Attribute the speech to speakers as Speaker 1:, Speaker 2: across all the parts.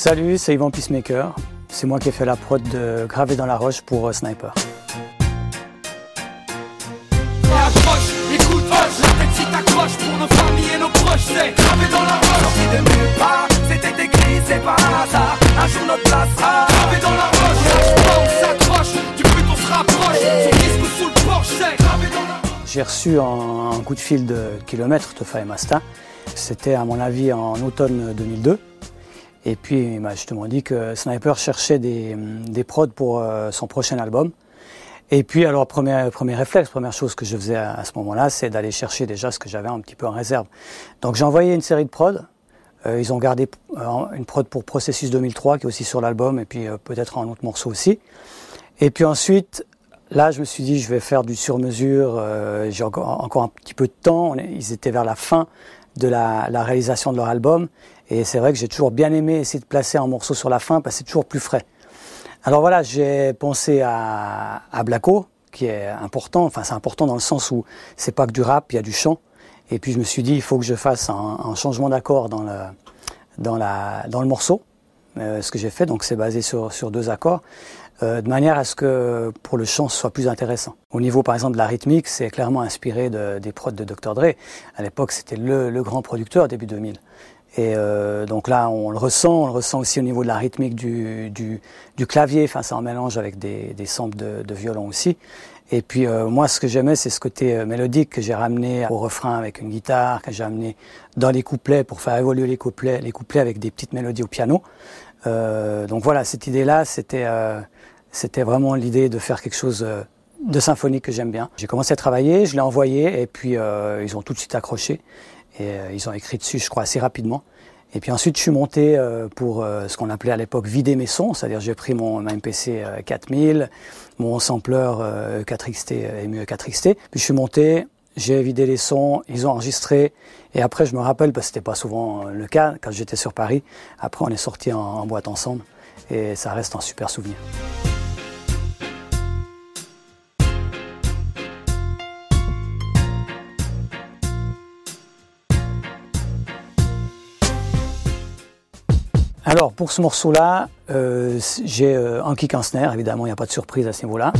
Speaker 1: Salut, c'est Yvan Peacemaker. C'est moi qui ai fait la prod de Gravé dans la roche pour Sniper.
Speaker 2: Accroche, écoute, hoche, la tête si t'accroches pour nos familles et nos proches, c'est gravé dans la roche. Sorti de nulle part, c'était écrit, c'est pas un hasard. Un jour notre place sera gravé dans la roche. On s'accroche, du but on se rapproche. Sur disque ou sous le porche, c'est gravé dans la roche.
Speaker 1: J'ai reçu un coup de fil de Kilomètre de Faye Mastin. C'était à mon avis en automne 2002. Et puis il m'a justement dit que Sniper cherchait des prods pour son prochain album. Et puis alors premier réflexe, première chose que je faisais à ce moment-là, c'est d'aller chercher déjà ce que j'avais un petit peu en réserve. Donc j'ai envoyé une série de prods. Ils ont gardé une prod pour Processus 2003 qui est aussi sur l'album et puis peut-être un autre morceau aussi. Et puis ensuite, là je me suis dit je vais faire du sur-mesure. J'ai encore un petit peu de temps. Ils étaient vers la fin de la réalisation de leur album. Et c'est vrai que j'ai toujours bien aimé essayer de placer un morceau sur la fin parce que c'est toujours plus frais. Alors voilà, j'ai pensé à Blacko, qui est important. Enfin, c'est important dans le sens où c'est pas que du rap, il y a du chant. Et puis je me suis dit, il faut que je fasse un changement d'accord dans le morceau. Ce que j'ai fait, donc c'est basé sur 2 accords, de manière à ce que pour le chant ce soit plus intéressant. Au niveau par exemple de la rythmique, c'est clairement inspiré des prods de Dr. Dre. À l'époque, c'était le grand producteur début 2000. Et donc là, on le ressent aussi au niveau de la rythmique du clavier. Enfin, c'est un mélange avec des samples de violon aussi. Et puis moi, ce que j'aimais, c'est ce côté mélodique que j'ai ramené au refrain avec une guitare, que j'ai amené dans les couplets pour faire évoluer les couplets avec des petites mélodies au piano. Donc voilà, cette idée-là, c'était vraiment l'idée de faire quelque chose de symphonique que j'aime bien. J'ai commencé à travailler, je l'ai envoyé et puis ils ont tout de suite accroché. Et ils ont écrit dessus, je crois, assez rapidement. Et puis ensuite, je suis monté pour ce qu'on appelait à l'époque vider mes sons, c'est-à-dire j'ai pris ma MPC 4000, mon sampler 4XT, ME 4XT, puis je suis monté, j'ai vidé les sons, ils ont enregistré, et après je me rappelle, parce que c'était pas souvent le cas, quand j'étais sur Paris, après on est sortis en boîte ensemble, et ça reste un super souvenir. Alors pour ce morceau-là, j'ai un kick en snare, évidemment il n'y a pas de surprise à ce niveau-là.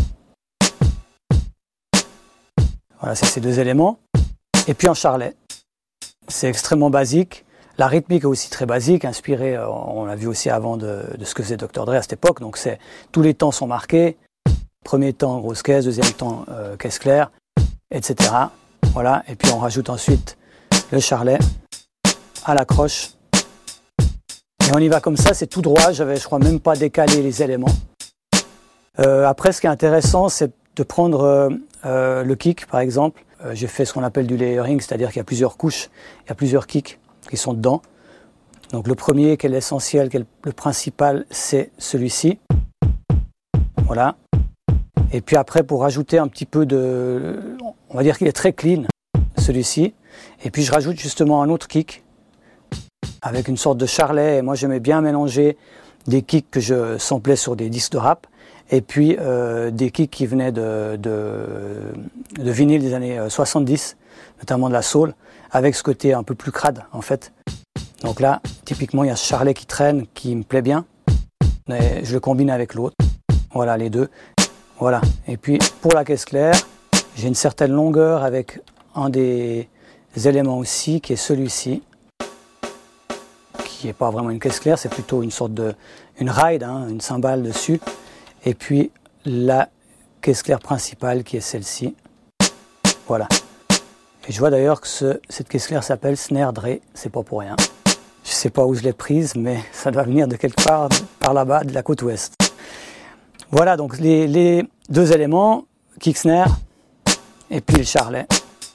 Speaker 1: Voilà, c'est ces 2 éléments. Et puis un charlet. C'est extrêmement basique. La rythmique est aussi très basique, inspirée, on l'a vu aussi avant de ce que faisait Dr. Dre à cette époque. Donc tous les temps sont marqués. Premier temps, grosse caisse, deuxième temps, caisse claire, etc. Voilà, et puis on rajoute ensuite le charlet à la croche. Et on y va comme ça, c'est tout droit, je crois même pas décalé les éléments. Après, ce qui est intéressant, c'est de prendre le kick, par exemple. J'ai fait ce qu'on appelle du layering, c'est-à-dire qu'il y a plusieurs couches, il y a plusieurs kicks qui sont dedans. Donc le premier, qui est l'essentiel, qui est le principal, c'est celui-ci. Voilà. Et puis après, pour rajouter un petit peu on va dire qu'il est très clean, celui-ci. Et puis je rajoute justement un autre kick, avec une sorte de charlet, et moi j'aimais bien mélanger des kicks que je samplais sur des disques de rap, et puis des kicks qui venaient de vinyle des années 70, notamment de la soul, avec ce côté un peu plus crade en fait. Donc là, typiquement, il y a ce charlet qui traîne, qui me plaît bien, et je le combine avec l'autre, voilà les deux, voilà. Et puis pour la caisse claire, j'ai une certaine longueur avec un des éléments aussi, qui est celui-ci, qui n'est pas vraiment une caisse claire, c'est plutôt une sorte une ride, une cymbale dessus. Et puis la caisse claire principale qui est celle-ci. Voilà. Et je vois d'ailleurs que cette caisse claire s'appelle Snare Dre, c'est pas pour rien. Je sais pas où je l'ai prise, mais ça doit venir de quelque part par là-bas, de la côte ouest. Voilà donc les 2 éléments, kick snare et puis le charlet.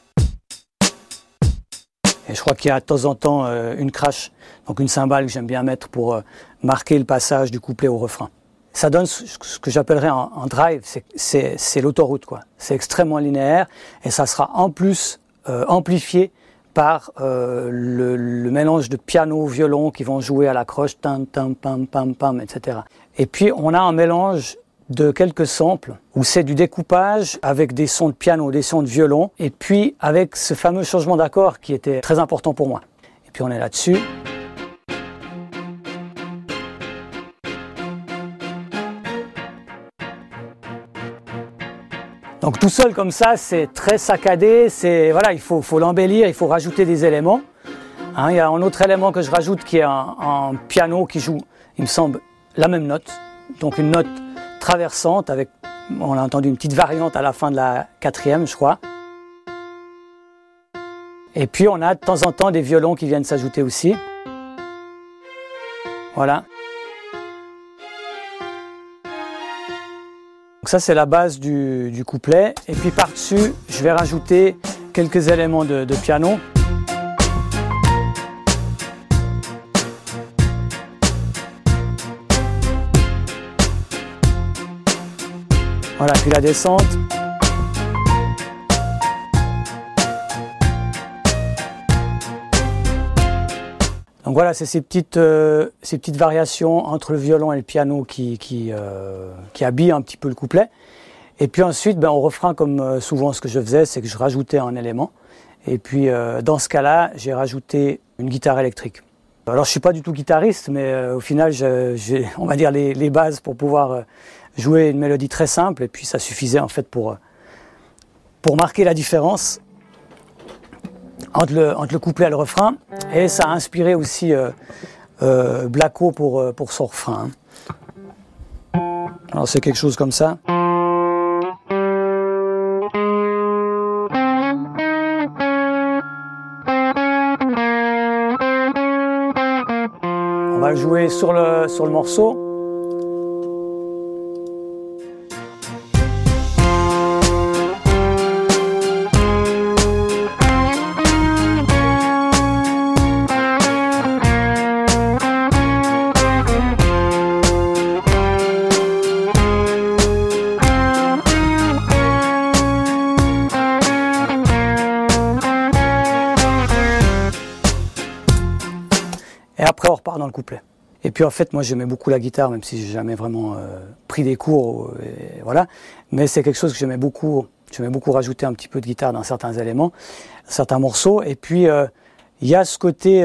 Speaker 1: Et je crois qu'il y a de temps en temps une crash, donc une cymbale que j'aime bien mettre pour marquer le passage du couplet au refrain. Ça donne ce que j'appellerais un drive, c'est l'autoroute, quoi. C'est extrêmement linéaire et ça sera en plus amplifié par le mélange de piano, violon qui vont jouer à la croche, tam, tam, pam, pam, pam, etc. Et puis on a un mélange de quelques samples où c'est du découpage avec des sons de piano, des sons de violon, et puis avec ce fameux changement d'accord qui était très important pour moi. Et puis on est là-dessus. Donc tout seul comme ça, c'est très saccadé, voilà, il faut l'embellir, il faut rajouter des éléments. Hein, il y a un autre élément que je rajoute qui est un piano qui joue, il me semble, la même note. Donc une note traversante avec, on a entendu une petite variante à la fin de la 4e, je crois. Et puis on a de temps en temps des violons qui viennent s'ajouter aussi. Voilà. Donc ça c'est la base du couplet. Et puis par-dessus, je vais rajouter quelques éléments de piano. Voilà, puis la descente. Donc voilà, c'est ces petites variations entre le violon et le piano qui habillent un petit peu le couplet. Et puis ensuite, au refrain, comme souvent ce que je faisais, c'est que je rajoutais un élément. Et puis dans ce cas-là, j'ai rajouté une guitare électrique. Alors je ne suis pas du tout guitariste, mais au final, j'ai, on va dire, les bases pour pouvoir jouer une mélodie très simple. Et puis ça suffisait en fait pour marquer la différence entre le couplet et le refrain, et ça a inspiré aussi Blacko pour son refrain. Alors c'est quelque chose comme ça. On va le jouer sur le morceau. Et après, on repart dans le couplet. Et puis en fait, moi j'aimais beaucoup la guitare, même si j'ai jamais vraiment pris des cours, voilà. Mais c'est quelque chose que j'aimais beaucoup rajouter un petit peu de guitare dans certains éléments, certains morceaux. Et puis il y a ce côté,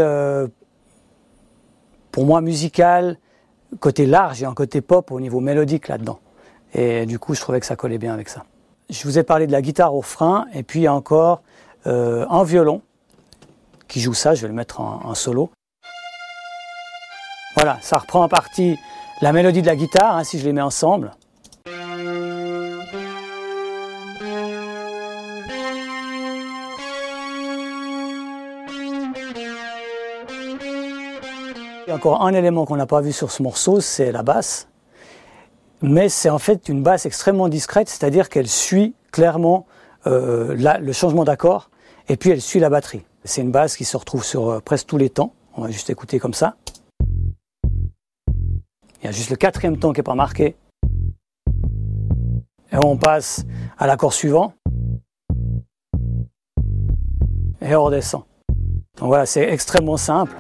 Speaker 1: pour moi, musical, côté large et un côté pop au niveau mélodique là-dedans. Et du coup, je trouvais que ça collait bien avec ça. Je vous ai parlé de la guitare au refrain, et puis il y a encore un violon qui joue ça, je vais le mettre en solo. Voilà, ça reprend en partie la mélodie de la guitare, hein, si je les mets ensemble. Il y a encore un élément qu'on n'a pas vu sur ce morceau, c'est la basse. Mais c'est en fait une basse extrêmement discrète, c'est-à-dire qu'elle suit clairement le changement d'accord, et puis elle suit la batterie. C'est une basse qui se retrouve sur presque tous les temps. On va juste écouter comme ça. Il y a juste le 4e ton qui n'est pas marqué. Et on passe à l'accord suivant. Et on redescend. Donc voilà, c'est extrêmement simple.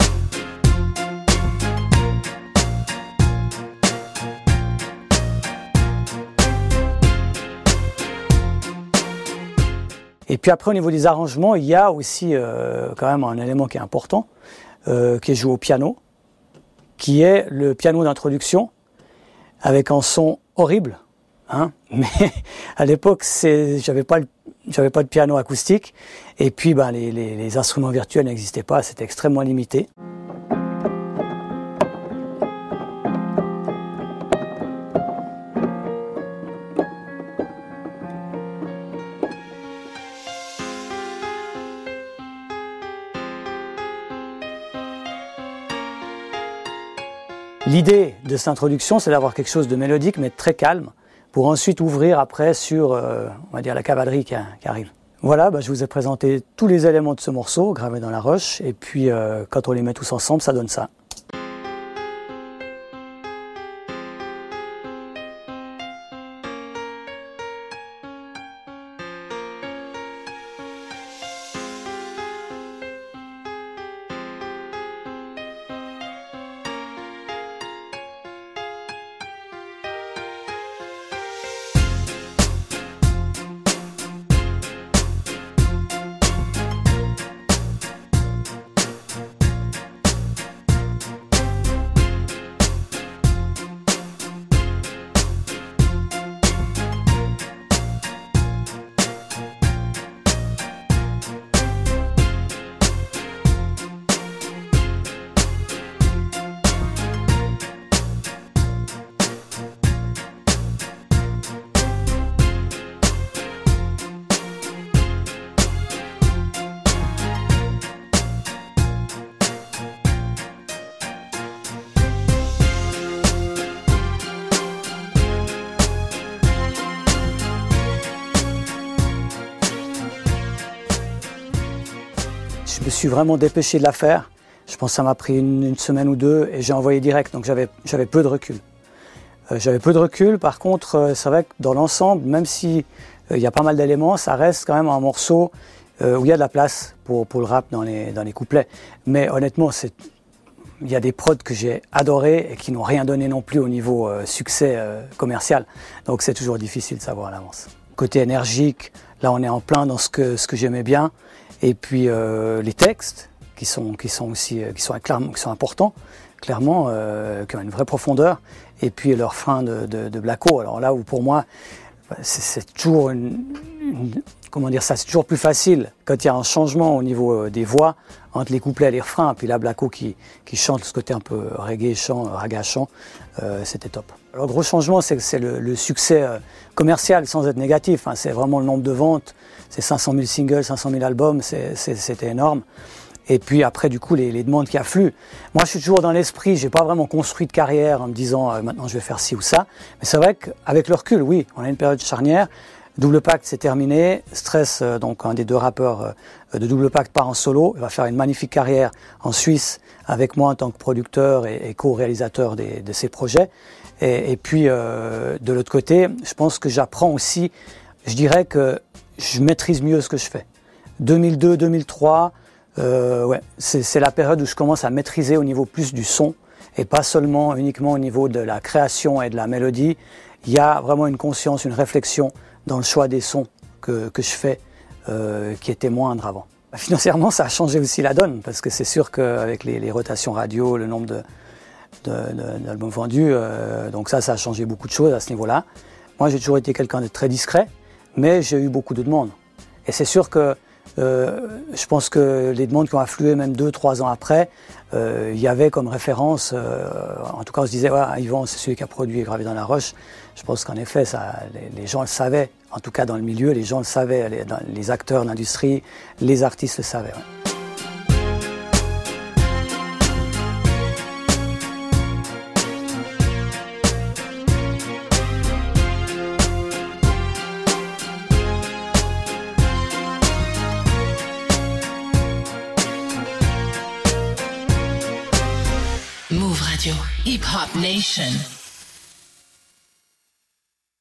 Speaker 1: Et puis après, au niveau des arrangements, il y a aussi quand même un élément qui est important, qui est joué au piano, qui est le piano d'introduction, avec un son horrible, hein, mais à l'époque, j'avais pas de piano acoustique, et puis les instruments virtuels n'existaient pas, c'était extrêmement limité. L'idée de cette introduction, c'est d'avoir quelque chose de mélodique, mais très calme, pour ensuite ouvrir après sur, on va dire, la cavalerie qui arrive. Voilà, je vous ai présenté tous les éléments de ce morceau, gravés dans la roche, et puis quand on les met tous ensemble, ça donne ça. me suis vraiment dépêché de la faire. Je pense que ça m'a pris une semaine ou deux et j'ai envoyé direct, donc j'avais peu de recul. Par contre, c'est vrai que dans l'ensemble, même si il y a pas mal d'éléments, ça reste quand même un morceau où il y a de la place pour le rap dans les couplets. Mais honnêtement, il y a des prods que j'ai adorés et qui n'ont rien donné non plus au niveau succès commercial. Donc c'est toujours difficile de savoir à l'avance. Côté énergique, là on est en plein dans ce que j'aimais bien. Et puis les textes qui sont importants, clairement, qui ont une vraie profondeur. Et puis leur frein de Blacko. Alors là où pour moi, c'est toujours c'est toujours plus facile quand il y a un changement au niveau des voix entre les couplets et les refrains. Puis là, Blacko qui chante ce côté un peu reggae chant, raga chant, c'était top. Alors le gros changement, c'est le succès commercial sans être négatif. Hein. C'est vraiment le nombre de ventes. C'est 500 000 singles, 500 000 albums, c'était énorme. Et puis après, du coup, les demandes qui affluent. Moi, je suis toujours dans l'esprit, j'ai pas vraiment construit de carrière en me disant maintenant je vais faire ci ou ça. Mais c'est vrai qu'avec le recul, oui, on a une période charnière. Double Pacte, c'est terminé. Stress, donc un des deux rappeurs de Double Pacte, part en solo. Il va faire une magnifique carrière en Suisse avec moi en tant que producteur et co-réalisateur de ses projets. Et puis, de l'autre côté, je pense que j'apprends aussi, je dirais que je maîtrise mieux ce que je fais. 2002, 2003, c'est la période où je commence à maîtriser au niveau plus du son et pas seulement uniquement au niveau de la création et de la mélodie. Il y a vraiment une conscience, une réflexion dans le choix des sons que je fais qui était moindre avant. Financièrement, ça a changé aussi la donne parce que c'est sûr qu'avec les rotations radio, le nombre d'albums vendus, donc ça a changé beaucoup de choses à ce niveau-là. Moi, j'ai toujours été quelqu'un de très discret, mais j'ai eu beaucoup de demandes. Et c'est sûr que je pense que les demandes qui ont afflué même 2-3 ans après, il y avait comme référence, en tout cas on se disait Yvan c'est celui qui a produit Gravé dans la roche. Je pense qu'en effet les gens le savaient, en tout cas dans le milieu, les gens le savaient, les acteurs de l'industrie, les artistes le savaient. Ouais.
Speaker 3: Move Radio, Hip Hop Nation.